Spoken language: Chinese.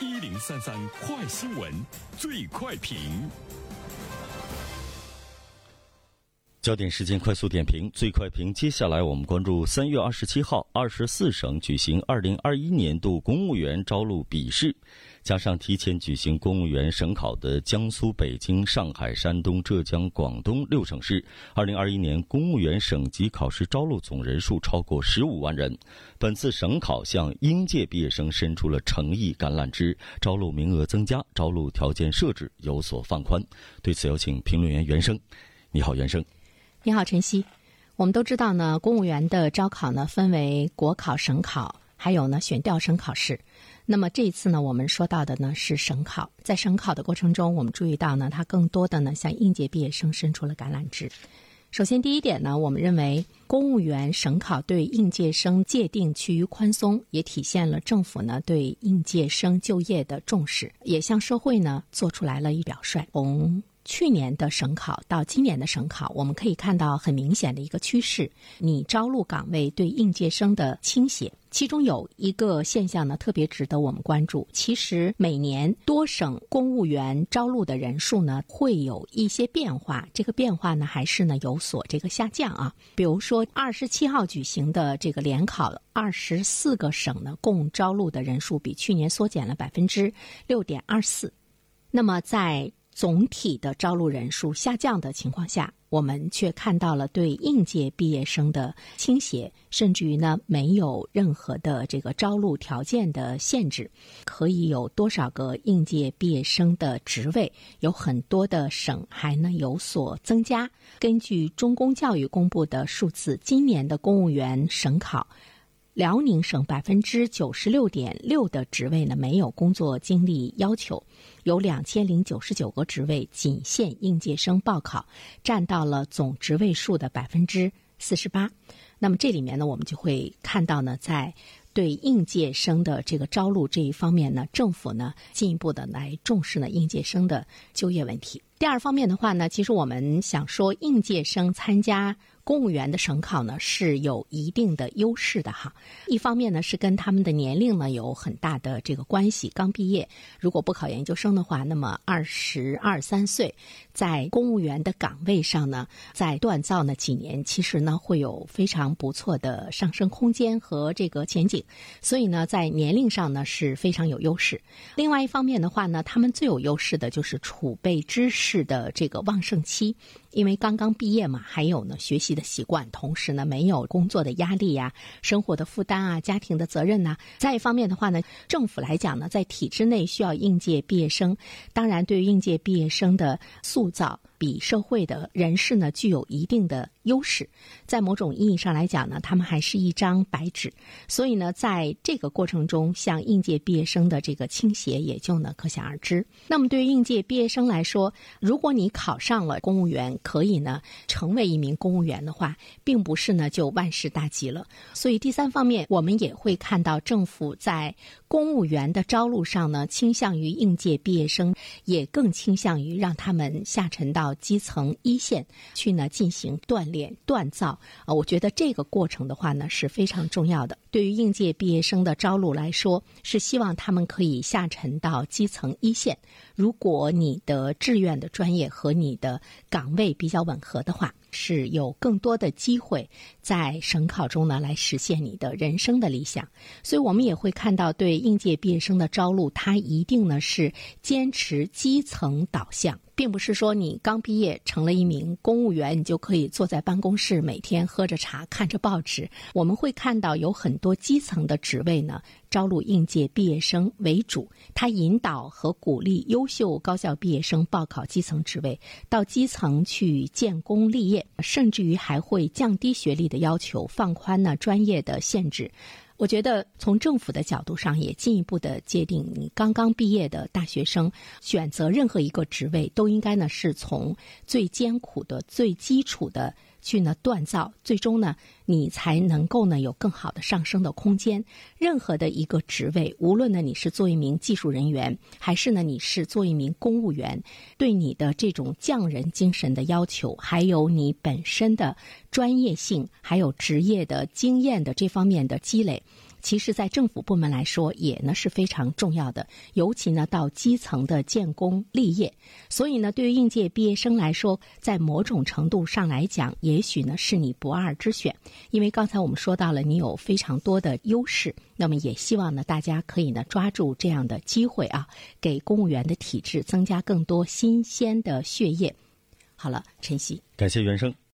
1033快新闻最快评。 焦点时间快速点评，最快评。接下来我们关注3月27号，24省举行2021年度公务员招录笔试，加上提前举行公务员省考的江苏、北京、上海、山东、浙江、广东6省市，2021年公务员省级考试招录总人数超过15万人。本次省考向应届毕业生伸出了诚意橄榄枝，招录名额增加，招录条件设置有所放宽。对此有请评论员袁生。你好，袁生。 你好，晨曦。我们都知道呢，公务员的招考呢分为国考、省考，还有呢选调省考试。那么这一次呢，我们说到的呢是省考。在省考的过程中，我们注意到呢，它更多的呢向应届毕业生伸出了橄榄枝。首先第一点呢，我们认为公务员省考对应届生界定趋于宽松，也体现了政府呢对应届生就业的重视，也向社会呢做出来了一表率。从去年的省考到今年的省考，我们可以看到很明显的一个趋势，你招录岗位对应届生的倾斜。其中有一个现象呢，特别值得我们关注。其实每年多省公务员招录的人数呢，会有一些变化。这个变化呢，还是呢有所这个下降啊。比如说27号举行的这个联考，24个省呢，共招录的人数比去年缩减了6.24%。那么在总体的招录人数下降的情况下，我们却看到了对应届毕业生的倾斜，甚至于呢没有任何的这个招录条件的限制，可以有多少个应届毕业生的职位，有很多的省还呢有所增加。根据中公教育公布的数字，今年的公务员省考，辽宁省96.6%的职位呢没有工作经历要求，有2099个职位仅限应届生报考，占到了总职位数的48%。那么这里面呢，我们就会看到呢，在对应届生的这个招录这一方面呢，政府呢进一步的来重视呢应届生的就业问题。第二方面的话呢，其实我们想说，应届生参加公务员的省考呢是有一定的优势的哈。一方面呢是跟他们的年龄呢有很大的这个关系，刚毕业，如果不考研究生的话，那么22、23岁，在公务员的岗位上呢，在锻造呢几年，其实呢会有非常不错的上升空间和这个前景，所以呢在年龄上呢是非常有优势。另外一方面的话呢，他们最有优势的就是储备知识的这个旺盛期，因为刚刚毕业嘛，还有呢学习的习惯，同时呢没有工作的压力呀、生活的负担啊、家庭的责任呐。再一方面的话呢，政府来讲呢，在体制内需要应届毕业生，当然对于应届毕业生的塑造比社会的人士呢具有一定的优势。在某种意义上来讲呢，他们还是一张白纸，所以呢在这个过程中，向应届毕业生的这个倾斜也就呢可想而知。那么对于应届毕业生来说，如果你考上了公务员，可以呢成为一名公务员的话，并不是呢就万事大吉了。所以第三方面，我们也会看到政府在公务员的招录上呢，倾向于应届毕业生，也更倾向于让他们下沉到基层一线去呢进行锻炼锻造。我觉得这个过程的话呢是非常重要的。对于应届毕业生的招录来说，是希望他们可以下沉到基层一线。如果你的志愿的专业和你的岗位比较吻合的话，是有更多的机会在省考中呢来实现你的人生的理想。所以我们也会看到，对应届毕业生的招录，它一定呢是坚持基层导向，并不是说你刚毕业成了一名公务员，你就可以坐在办公室每天喝着茶看着报纸。我们会看到有很多基层的职位呢招录应届毕业生为主，他引导和鼓励优秀高校毕业生报考基层职位，到基层去建功立业，甚至于还会降低学历的要求，放宽呢专业的限制。我觉得从政府的角度上也进一步的界定，你刚刚毕业的大学生选择任何一个职位，都应该呢是从最艰苦的、最基础的去呢锻造，最终呢你才能够呢有更好的上升的空间。任何的一个职位，无论呢你是做一名技术人员，还是呢你是做一名公务员，对你的这种匠人精神的要求，还有你本身的专业性，还有职业的经验的这方面的积累， 其实在政府部门来说也呢是非常重要的，尤其呢到基层的建功立业。所以呢对于应届毕业生来说，在某种程度上来讲，也许呢是你不二之选。因为刚才我们说到了你有非常多的优势，那么也希望呢大家可以呢抓住这样的机会啊，给公务员的体制增加更多新鲜的血液。好了，晨曦， 感谢袁生。